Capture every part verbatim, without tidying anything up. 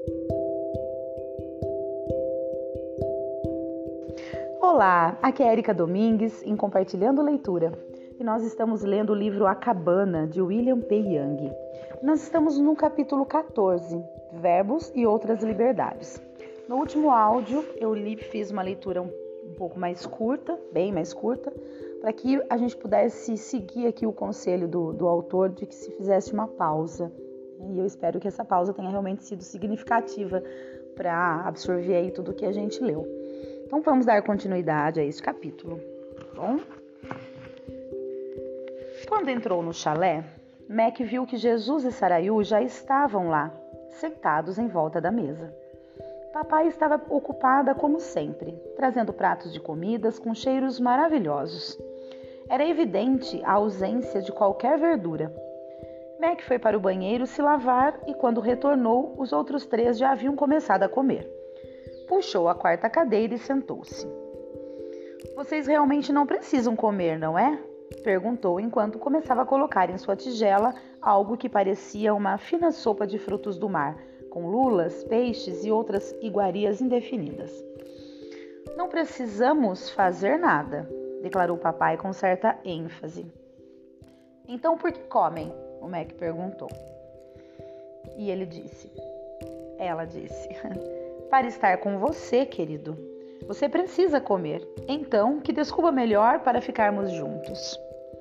Olá, aqui é Erika Domingues em Compartilhando Leitura e nós estamos lendo o livro A Cabana, de William P. Young. Nós estamos no capítulo quatorze, Verbos e Outras Liberdades. No último áudio eu li, fiz uma leitura um, um pouco mais curta, bem mais curta, para que a gente pudesse seguir aqui o conselho do, do autor de que se fizesse uma pausa. E eu espero que essa pausa tenha realmente sido significativa para absorver aí tudo que a gente leu. Então vamos dar continuidade a esse capítulo. Bom, quando entrou no chalé, Mac viu que Jesus e Saraiu já estavam lá, sentados em volta da mesa. Papai estava ocupada como sempre, trazendo pratos de comidas com cheiros maravilhosos. Era evidente a ausência de qualquer verdura. Mac foi para o banheiro se lavar e quando retornou, os outros três já haviam começado a comer. Puxou a quarta cadeira e sentou-se. Vocês realmente não precisam comer, não é? Perguntou enquanto começava a colocar em sua tigela algo que parecia uma fina sopa de frutos do mar, com lulas, peixes e outras iguarias indefinidas. Não precisamos fazer nada, declarou papai com certa ênfase. Então por que comem? O Mac perguntou. E ele disse, ela disse, para estar com você, querido. Você precisa comer. Então, que desculpa melhor para ficarmos juntos.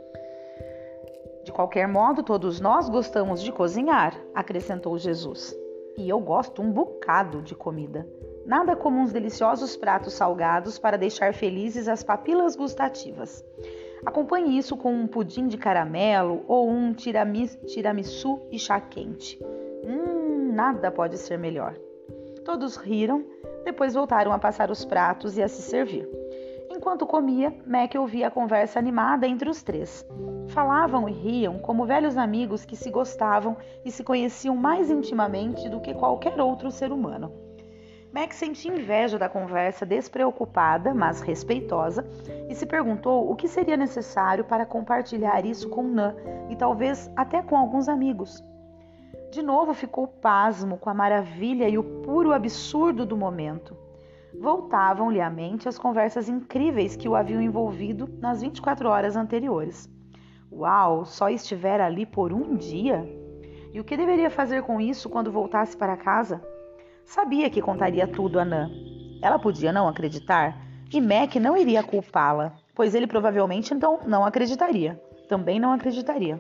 De qualquer modo, todos nós gostamos de cozinhar, acrescentou Jesus. E eu gosto um bocado de comida. Nada como uns deliciosos pratos salgados para deixar felizes as papilas gustativas. Acompanhe isso com um pudim de caramelo ou um tiramisu, tiramisu e chá quente. Hum, nada pode ser melhor. Todos riram, depois voltaram a passar os pratos e a se servir. Enquanto comia, Mac ouvia a conversa animada entre os três. Falavam e riam como velhos amigos que se gostavam e se conheciam mais intimamente do que qualquer outro ser humano. Mac sentia inveja da conversa despreocupada, mas respeitosa, e se perguntou o que seria necessário para compartilhar isso com Nan e talvez até com alguns amigos. De novo ficou pasmo com a maravilha e o puro absurdo do momento. Voltavam-lhe à mente as conversas incríveis que o haviam envolvido nas vinte e quatro horas anteriores. Uau, só estivera ali por um dia? E o que deveria fazer com isso quando voltasse para casa? Sabia que contaria tudo a Nan. Ela podia não acreditar e Mac não iria culpá-la, pois ele provavelmente então não acreditaria. Também não acreditaria.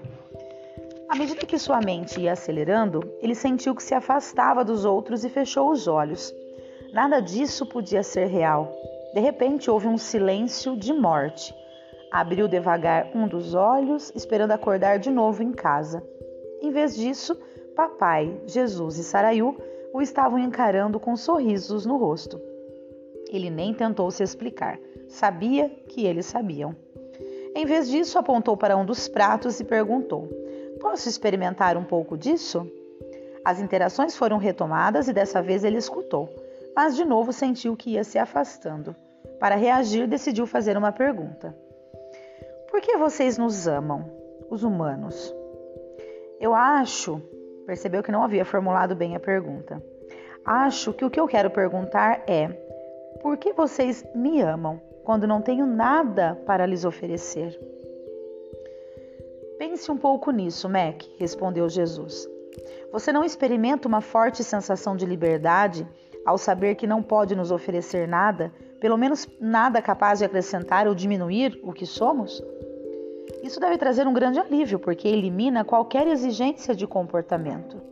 À medida que sua mente ia acelerando, ele sentiu que se afastava dos outros e fechou os olhos. Nada disso podia ser real. De repente, houve um silêncio de morte. Abriu devagar um dos olhos, esperando acordar de novo em casa. Em vez disso, papai, Jesus e Saraiu o estavam encarando com sorrisos no rosto. Ele nem tentou se explicar. Sabia que eles sabiam. Em vez disso, apontou para um dos pratos e perguntou: posso experimentar um pouco disso? As interações foram retomadas e dessa vez ele escutou, mas de novo sentiu que ia se afastando. Para reagir, decidiu fazer uma pergunta. Por que vocês nos amam, os humanos? Eu acho... Percebeu que não havia formulado bem a pergunta. Acho que o que eu quero perguntar é: por que vocês me amam quando não tenho nada para lhes oferecer? Pense um pouco nisso, Mac, respondeu Jesus. Você não experimenta uma forte sensação de liberdade ao saber que não pode nos oferecer nada, pelo menos nada capaz de acrescentar ou diminuir o que somos? Isso deve trazer um grande alívio, porque elimina qualquer exigência de comportamento.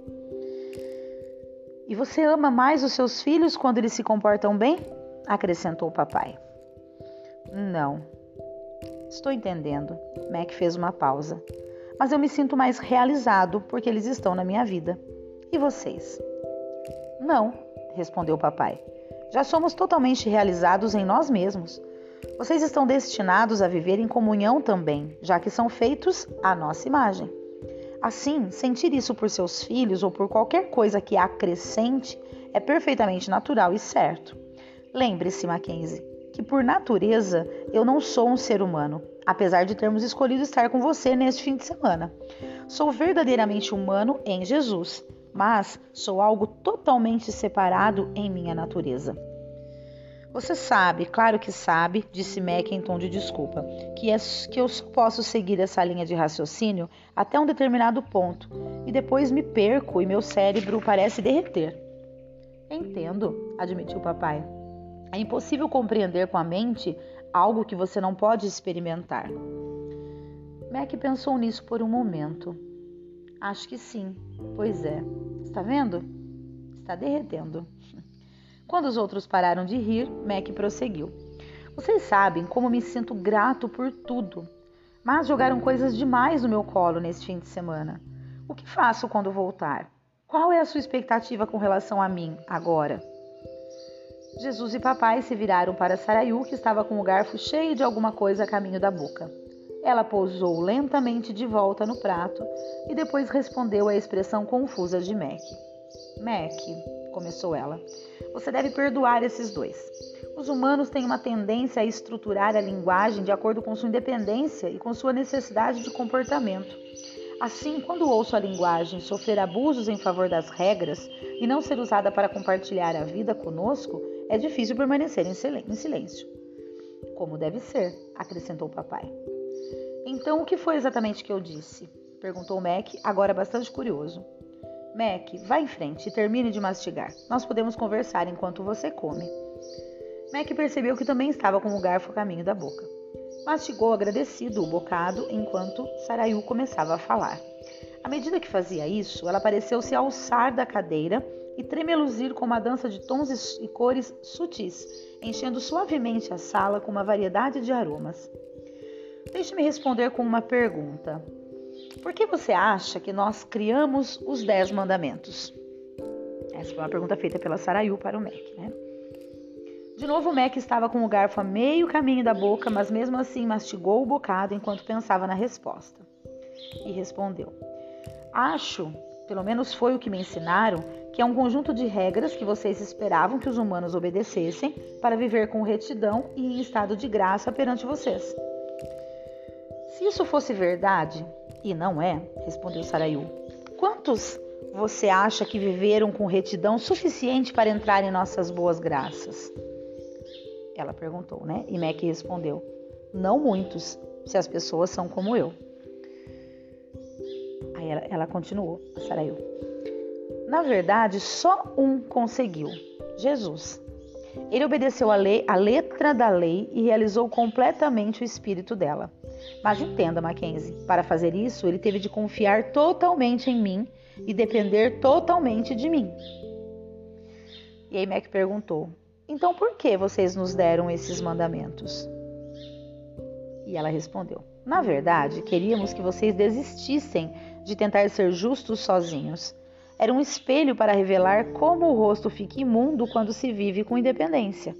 E você ama mais os seus filhos quando eles se comportam bem? Acrescentou o papai. Não. Estou entendendo. Mac fez uma pausa. Mas eu me sinto mais realizado porque eles estão na minha vida. E vocês? Não, respondeu o papai. Já somos totalmente realizados em nós mesmos. Vocês estão destinados a viver em comunhão também, já que são feitos à nossa imagem. Assim, sentir isso por seus filhos ou por qualquer coisa que acrescente é perfeitamente natural e certo. Lembre-se, Mackenzie, que por natureza eu não sou um ser humano, apesar de termos escolhido estar com você neste fim de semana. Sou verdadeiramente humano em Jesus, mas sou algo totalmente separado em minha natureza. Você sabe, claro que sabe, disse Mac em tom de desculpa, que, é, que eu só posso seguir essa linha de raciocínio até um determinado ponto, e depois me perco e meu cérebro parece derreter. Entendo, admitiu o papai. É impossível compreender com a mente algo que você não pode experimentar. Mac pensou nisso por um momento. Acho que sim, pois é. Está vendo? Está derretendo. Quando os outros pararam de rir, Mac prosseguiu. Vocês sabem como me sinto grato por tudo, mas jogaram coisas demais no meu colo neste fim de semana. O que faço quando voltar? Qual é a sua expectativa com relação a mim agora? Jesus e papai se viraram para Sarayu, que estava com o garfo cheio de alguma coisa a caminho da boca. Ela pousou lentamente de volta no prato e depois respondeu à expressão confusa de Mac. Mac, começou ela, você deve perdoar esses dois. Os humanos têm uma tendência a estruturar a linguagem de acordo com sua independência e com sua necessidade de comportamento. Assim, quando ouço a linguagem sofrer abusos em favor das regras e não ser usada para compartilhar a vida conosco, é difícil permanecer em silêncio. Como deve ser, acrescentou o papai. Então, o que foi exatamente que eu disse? Perguntou Mac, agora bastante curioso. Mac, vá em frente e termine de mastigar. Nós podemos conversar enquanto você come. Mac percebeu que também estava com o garfo a caminho da boca. Mastigou agradecido o bocado enquanto Sarayu começava a falar. À medida que fazia isso, ela pareceu se alçar da cadeira e tremeluzir com uma dança de tons e cores sutis, enchendo suavemente a sala com uma variedade de aromas. Deixe-me responder com uma pergunta. Por que você acha que nós criamos os Dez Mandamentos? Essa foi uma pergunta feita pela Sarayu para o Mac, né? De novo, o Mac estava com o garfo a meio caminho da boca, mas mesmo assim mastigou o bocado enquanto pensava na resposta. E respondeu. Acho, pelo menos foi o que me ensinaram, que é um conjunto de regras que vocês esperavam que os humanos obedecessem para viver com retidão e em estado de graça perante vocês. Se isso fosse verdade, e não é, respondeu Sarayu, quantos você acha que viveram com retidão suficiente para entrar em nossas boas graças? Ela perguntou, né? E Mac respondeu, não muitos, se as pessoas são como eu. Aí ela, ela continuou, a Sarayu. Na verdade, só um conseguiu, Jesus. Ele obedeceu a, lei, a letra da lei e realizou completamente o espírito dela. Mas entenda, Mackenzie, para fazer isso, ele teve de confiar totalmente em mim e depender totalmente de mim. E aí Mac perguntou, então por que vocês nos deram esses mandamentos? E ela respondeu, na verdade, queríamos que vocês desistissem de tentar ser justos sozinhos. Era um espelho para revelar como o rosto fica imundo quando se vive com independência.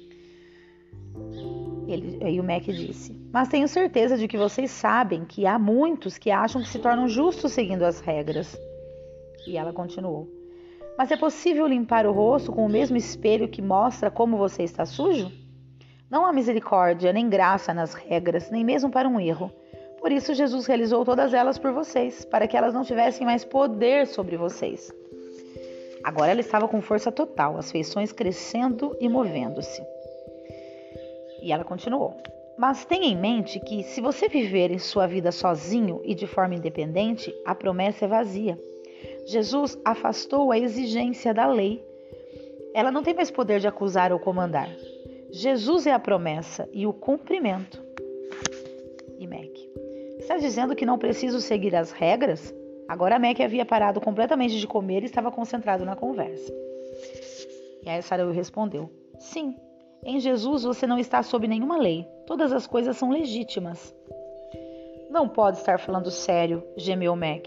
Ele, aí o Mac disse, mas tenho certeza de que vocês sabem que há muitos que acham que se tornam justos seguindo as regras. E ela continuou, mas é possível limpar o rosto com o mesmo espelho que mostra como você está sujo? Não há misericórdia nem graça nas regras, nem mesmo para um erro. Por isso Jesus realizou todas elas por vocês, para que elas não tivessem mais poder sobre vocês. Agora ela estava com força total, as feições crescendo e movendo-se. E ela continuou. Mas tenha em mente que, se você viver em sua vida sozinho e de forma independente, a promessa é vazia. Jesus afastou a exigência da lei. Ela não tem mais poder de acusar ou comandar. Jesus é a promessa e o cumprimento. E Mac, está dizendo que não preciso seguir as regras? Agora Mac havia parado completamente de comer e estava concentrado na conversa. E aí Sarayu respondeu, sim. Em Jesus você não está sob nenhuma lei. Todas as coisas são legítimas. Não pode estar falando sério, gemeu Mac.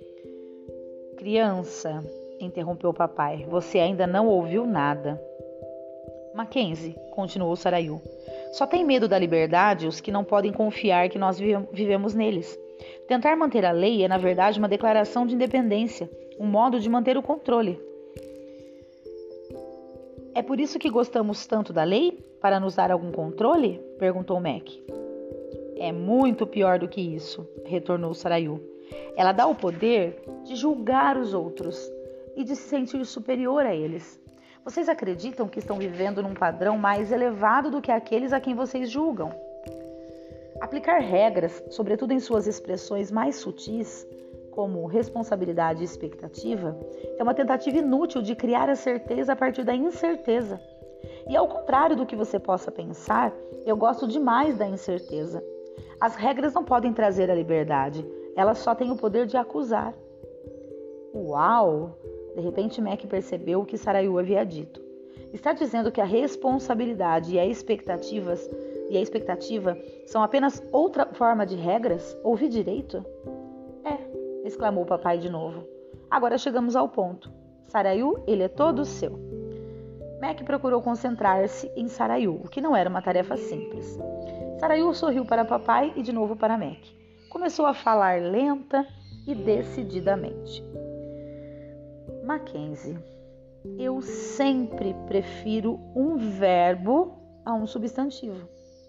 Criança, interrompeu o papai, você ainda não ouviu nada. Mackenzie, continuou Sarayu, só tem medo da liberdade os que não podem confiar que nós vivemos neles. Tentar manter a lei é, na verdade, uma declaração de independência, um modo de manter o controle. É por isso que gostamos tanto da lei? Para nos dar algum controle? Perguntou Mac. É muito pior do que isso, retornou Sarayu. Ela dá o poder de julgar os outros. e de se sentir superior a eles. Vocês acreditam que estão vivendo num padrão mais elevado do que aqueles a quem vocês julgam. Aplicar regras, sobretudo em suas expressões mais sutis, como responsabilidade e expectativa, é uma tentativa inútil de criar a certeza a partir da incerteza. E ao contrário do que você possa pensar, eu gosto demais da incerteza. As regras não podem trazer a liberdade, elas só têm o poder de acusar. Uau! De repente Mac percebeu o que Sarayu havia dito. Está dizendo que a responsabilidade e a expectativas e a expectativa são apenas outra forma de regras? Ouvi direito? É, exclamou o papai de novo. Agora chegamos ao ponto. Sarayu, ele é todo seu. Mac procurou concentrar-se em Sarayu, o que não era uma tarefa simples. Sarayu sorriu para papai e de novo para Mac. Começou a falar lenta e decididamente. Mackenzie, eu sempre prefiro um verbo a um substantivo.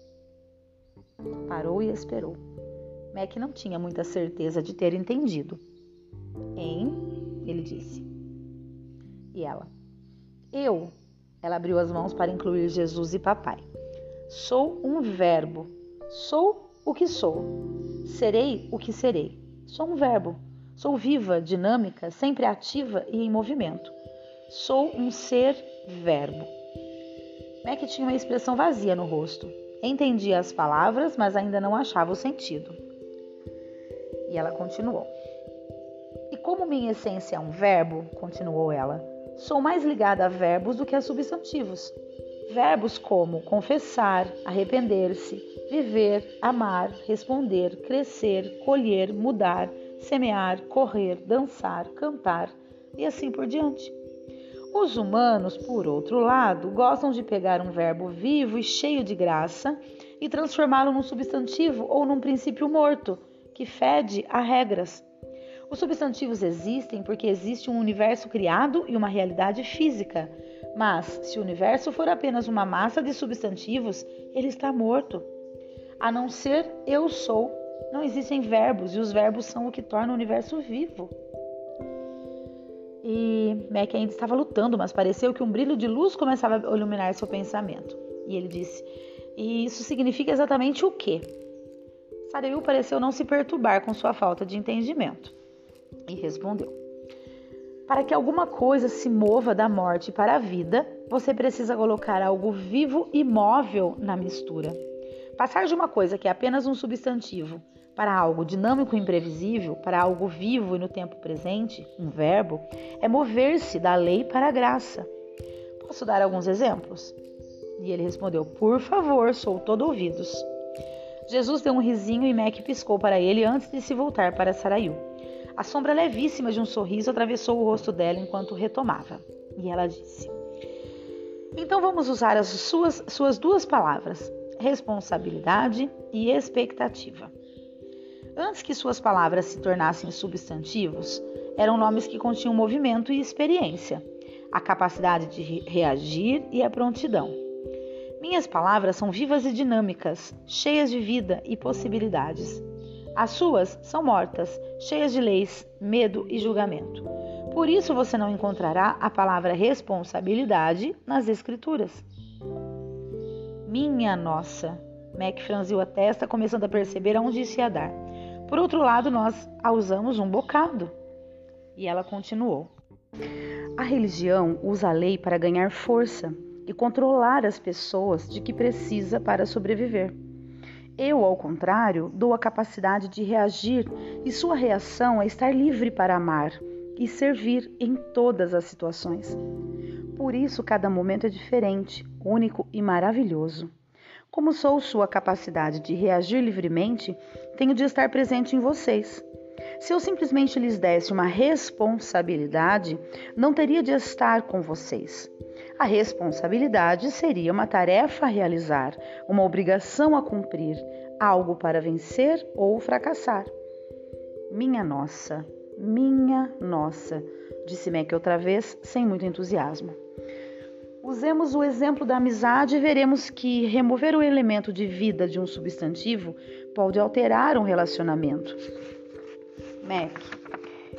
Parou e esperou. Mac não tinha muita certeza de ter entendido. Hein? Ele disse. E ela? Eu, ela abriu as mãos para incluir Jesus e papai. Sou um verbo. Sou o que sou. Serei o que serei. Sou um verbo. Sou viva, dinâmica, sempre ativa e em movimento. Sou um ser verbo. Mac tinha uma expressão vazia no rosto. Entendia as palavras, mas ainda não achava o sentido. E ela continuou. E como minha essência é um verbo, continuou ela, sou mais ligada a verbos do que a substantivos. Verbos como confessar, arrepender-se, viver, amar, responder, crescer, colher, mudar, semear, correr, dançar, cantar e assim por diante. Os humanos, por outro lado, gostam de pegar um verbo vivo e cheio de graça e transformá-lo num substantivo ou num princípio morto, que fede a regras. Os substantivos existem porque existe um universo criado e uma realidade física. Mas, se o universo for apenas uma massa de substantivos, ele está morto. A não ser eu sou, não existem verbos e os verbos são o que torna o universo vivo. E Mac ainda estava lutando, mas pareceu que um brilho de luz começava a iluminar seu pensamento. E ele disse, e isso significa exatamente o quê? Sarayu pareceu não se perturbar com sua falta de entendimento. E respondeu, para que alguma coisa se mova da morte para a vida, você precisa colocar algo vivo e móvel na mistura. Passar de uma coisa que é apenas um substantivo para algo dinâmico e imprevisível, para algo vivo e no tempo presente, um verbo, é mover-se da lei para a graça. Posso dar alguns exemplos? E ele respondeu, por favor, sou todo ouvidos. Jesus deu um risinho e Mac piscou para ele antes de se voltar para Sarayu. A sombra levíssima de um sorriso atravessou o rosto dela enquanto retomava. E ela disse, então vamos usar as suas, suas duas palavras, responsabilidade e expectativa. Antes que suas palavras se tornassem substantivos, eram nomes que continham movimento e experiência, a capacidade de reagir e a prontidão. Minhas palavras são vivas e dinâmicas, cheias de vida e possibilidades. As suas são mortas, cheias de leis, medo e julgamento. Por isso você não encontrará a palavra responsabilidade nas Escrituras. Minha nossa! Mac franziu a testa, começando a perceber aonde isso ia dar. Por outro lado, nós a usamos um bocado. E ela continuou. A religião usa a lei para ganhar força e controlar as pessoas de que precisa para sobreviver. Eu, ao contrário, dou a capacidade de reagir e sua reação é estar livre para amar e servir em todas as situações. Por isso, cada momento é diferente, único e maravilhoso. Como sou sua capacidade de reagir livremente, tenho de estar presente em vocês. Se eu simplesmente lhes desse uma responsabilidade, não teria de estar com vocês. A responsabilidade seria uma tarefa a realizar, uma obrigação a cumprir, algo para vencer ou fracassar. Minha nossa, minha nossa, disse Mac outra vez, sem muito entusiasmo. Usemos o exemplo da amizade e veremos que remover o elemento de vida de um substantivo pode alterar um relacionamento. Mac,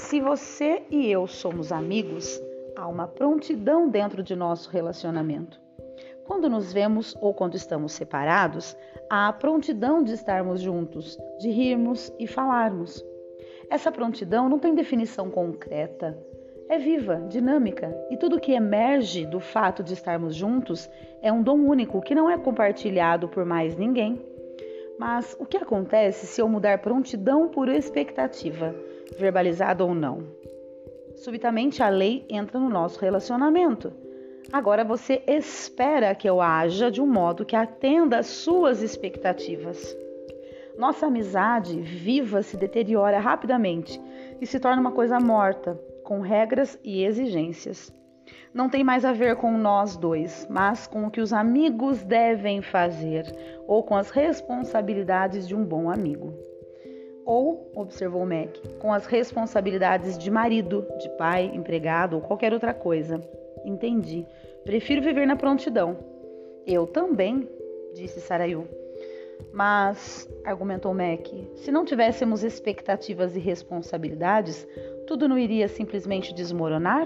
Se você e eu somos amigos, há uma prontidão dentro de nosso relacionamento. Quando nos vemos ou quando estamos separados, há a prontidão de estarmos juntos, de rirmos e falarmos. Essa prontidão não tem definição concreta, é viva, dinâmica, e tudo que emerge do fato de estarmos juntos é um dom único que não é compartilhado por mais ninguém. Mas o que acontece se eu mudar prontidão por expectativa, verbalizada ou não? Subitamente a lei entra no nosso relacionamento. Agora você espera que eu haja de um modo que atenda às suas expectativas. Nossa amizade viva se deteriora rapidamente e se torna uma coisa morta, com regras e exigências. Não tem mais a ver com nós dois, mas com o que os amigos devem fazer ou com as responsabilidades de um bom amigo. Ou, observou Mac, com as responsabilidades de marido, de pai, empregado ou qualquer outra coisa. Entendi. Prefiro viver na prontidão. Eu também, disse Sarayu. Mas, argumentou Mac, se não tivéssemos expectativas e responsabilidades, tudo não iria simplesmente desmoronar?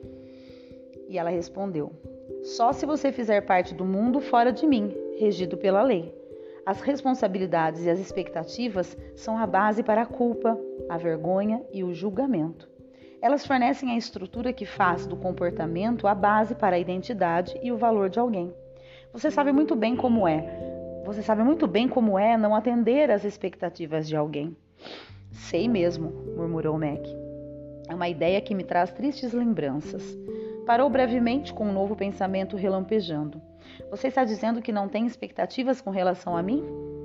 E ela respondeu, só se você fizer parte do mundo fora de mim, regido pela lei. As responsabilidades e as expectativas são a base para a culpa, a vergonha e o julgamento. Elas fornecem a estrutura que faz do comportamento a base para a identidade e o valor de alguém. Você sabe muito bem como é. Você sabe muito bem como é não atender às expectativas de alguém. Sei mesmo, murmurou Mac. É uma ideia que me traz tristes lembranças. Parou brevemente com um novo pensamento relampejando. Você está dizendo que não tem expectativas com relação a mim?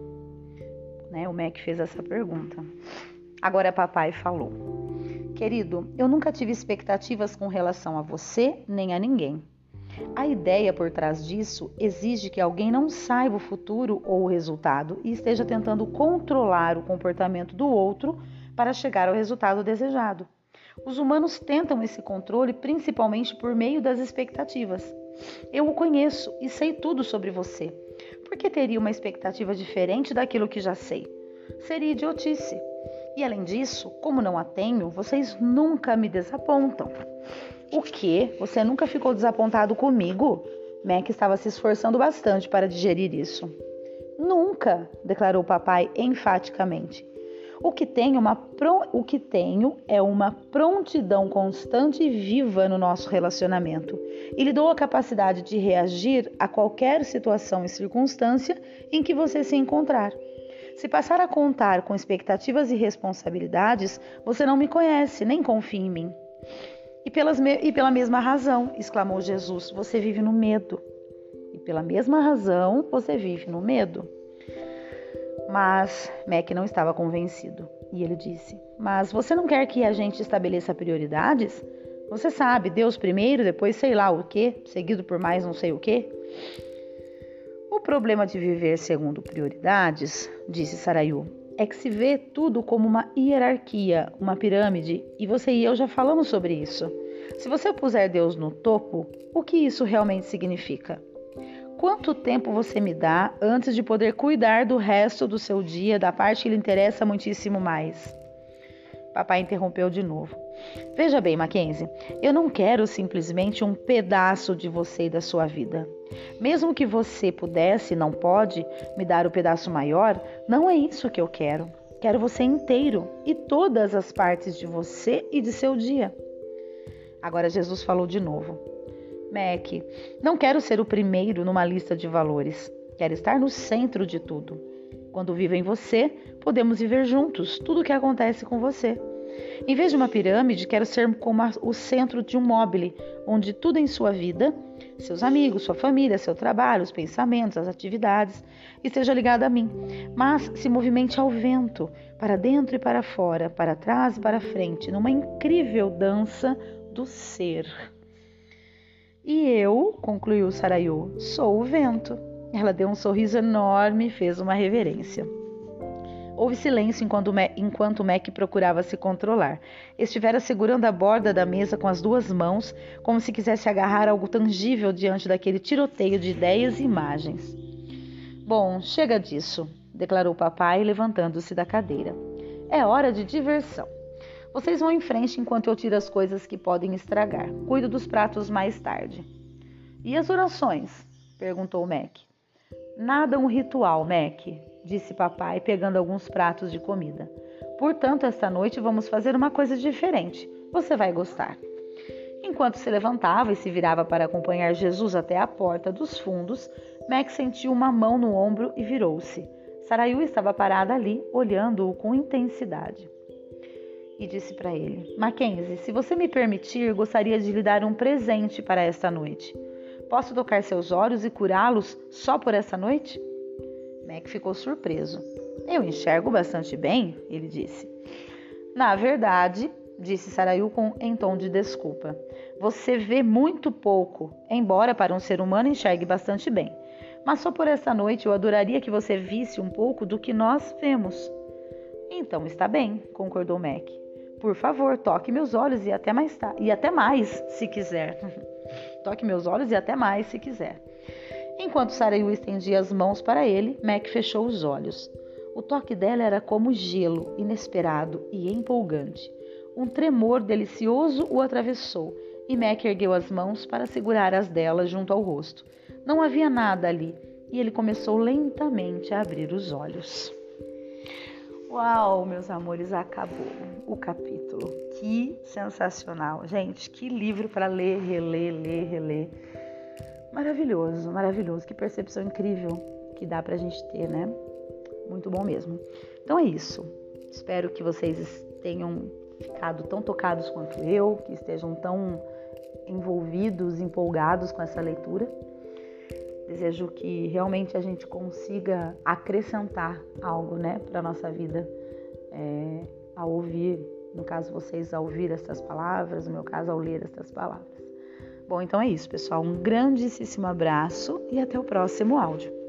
Né, o Mac fez essa pergunta. Agora papai falou. Querido, eu nunca tive expectativas com relação a você nem a ninguém. A ideia por trás disso exige que alguém não saiba o futuro ou o resultado e esteja tentando controlar o comportamento do outro para chegar ao resultado desejado. Os humanos tentam esse controle principalmente por meio das expectativas. Eu o conheço e sei tudo sobre você. Por que teria uma expectativa diferente daquilo que já sei? Seria idiotice. E além disso, como não a tenho, vocês nunca me desapontam. O quê? Você nunca ficou desapontado comigo? Mac estava se esforçando bastante para digerir isso. Nunca, declarou o papai enfaticamente. O que tenho, uma pro... o que tenho é uma prontidão constante e viva no nosso relacionamento. E lhe dou a capacidade de reagir a qualquer situação e circunstância em que você se encontrar. Se passar a contar com expectativas e responsabilidades, você não me conhece, nem confia em mim. E, pelas me... e pela mesma razão, exclamou Jesus, você vive no medo. E pela mesma razão, você vive no medo. Mas Mac não estava convencido. E ele disse, mas você não quer que a gente estabeleça prioridades? Você sabe, Deus primeiro, depois sei lá o quê, seguido por mais não sei o quê. O problema de viver segundo prioridades, disse Sarayu, é que se vê tudo como uma hierarquia, uma pirâmide, e você e eu já falamos sobre isso. Se você puser Deus no topo, o que isso realmente significa? Quanto tempo você me dá antes de poder cuidar do resto do seu dia, da parte que lhe interessa muitíssimo mais? Papai interrompeu de novo. Veja bem, Mackenzie, eu não quero simplesmente um pedaço de você e da sua vida. Mesmo que você pudesse, não pode, me dar o pedaço maior, não é isso que eu quero. Quero você inteiro e todas as partes de você e de seu dia. Agora Jesus falou de novo. Mac, não quero ser o primeiro numa lista de valores. Quero estar no centro de tudo. Quando vivo em você, podemos viver juntos tudo o que acontece com você. Em vez de uma pirâmide, quero ser como o centro de um mobile, onde tudo em sua vida, seus amigos, sua família, seu trabalho, os pensamentos, as atividades, esteja ligado a mim, mas se movimente ao vento, para dentro e para fora, para trás e para frente, numa incrível dança do ser. E eu, concluiu Sarayu, sou o vento. Ela deu um sorriso enorme e fez uma reverência. Houve silêncio enquanto, enquanto Mac procurava se controlar. Estivera segurando a borda da mesa com as duas mãos, como se quisesse agarrar algo tangível diante daquele tiroteio de ideias e imagens. Bom, chega disso, declarou o papai, levantando-se da cadeira. É hora de diversão. Vocês vão em frente enquanto eu tiro as coisas que podem estragar. Cuido dos pratos mais tarde. E as orações? Perguntou Mac. Nada um ritual, Mac, disse papai, pegando alguns pratos de comida. Portanto, esta noite vamos fazer uma coisa diferente. Você vai gostar. Enquanto se levantava e se virava para acompanhar Jesus até a porta dos fundos, Mac sentiu uma mão no ombro e virou-se. Sarayu estava parada ali, olhando-o com intensidade. E disse para ele: Mackenzie, se você me permitir, gostaria de lhe dar um presente para esta noite. Posso tocar seus olhos e curá-los só por essa noite? Mac ficou surpreso. Eu enxergo bastante bem, ele disse. Na verdade, disse Sarayu com, em tom de desculpa, você vê muito pouco, embora para um ser humano enxergue bastante bem. Mas só por essa noite eu adoraria que você visse um pouco do que nós vemos. Então está bem, concordou Mac. Por favor, toque meus olhos e até mais, ta- e até mais se quiser. Toque meus olhos e até mais se quiser. Enquanto Sarayu estendia as mãos para ele, Mac fechou os olhos. O toque dela era como gelo, inesperado e empolgante. Um tremor delicioso o atravessou e Mac ergueu as mãos para segurar as dela junto ao rosto. Não havia nada ali e ele começou lentamente a abrir os olhos. Uau, meus amores, acabou o capítulo. Que sensacional. Gente, que livro para ler, reler, ler, reler. Maravilhoso, maravilhoso. Que percepção incrível que dá pra gente ter, né? Muito bom mesmo. Então é isso. Espero que vocês tenham ficado tão tocados quanto eu, que estejam tão envolvidos, empolgados com essa leitura. Desejo que realmente a gente consiga acrescentar algo, né, para a nossa vida, é, ao ouvir, no caso vocês, ao ouvir essas palavras, no meu caso, ao ler essas palavras. Bom, então é isso, pessoal. Um grandíssimo abraço e até o próximo áudio.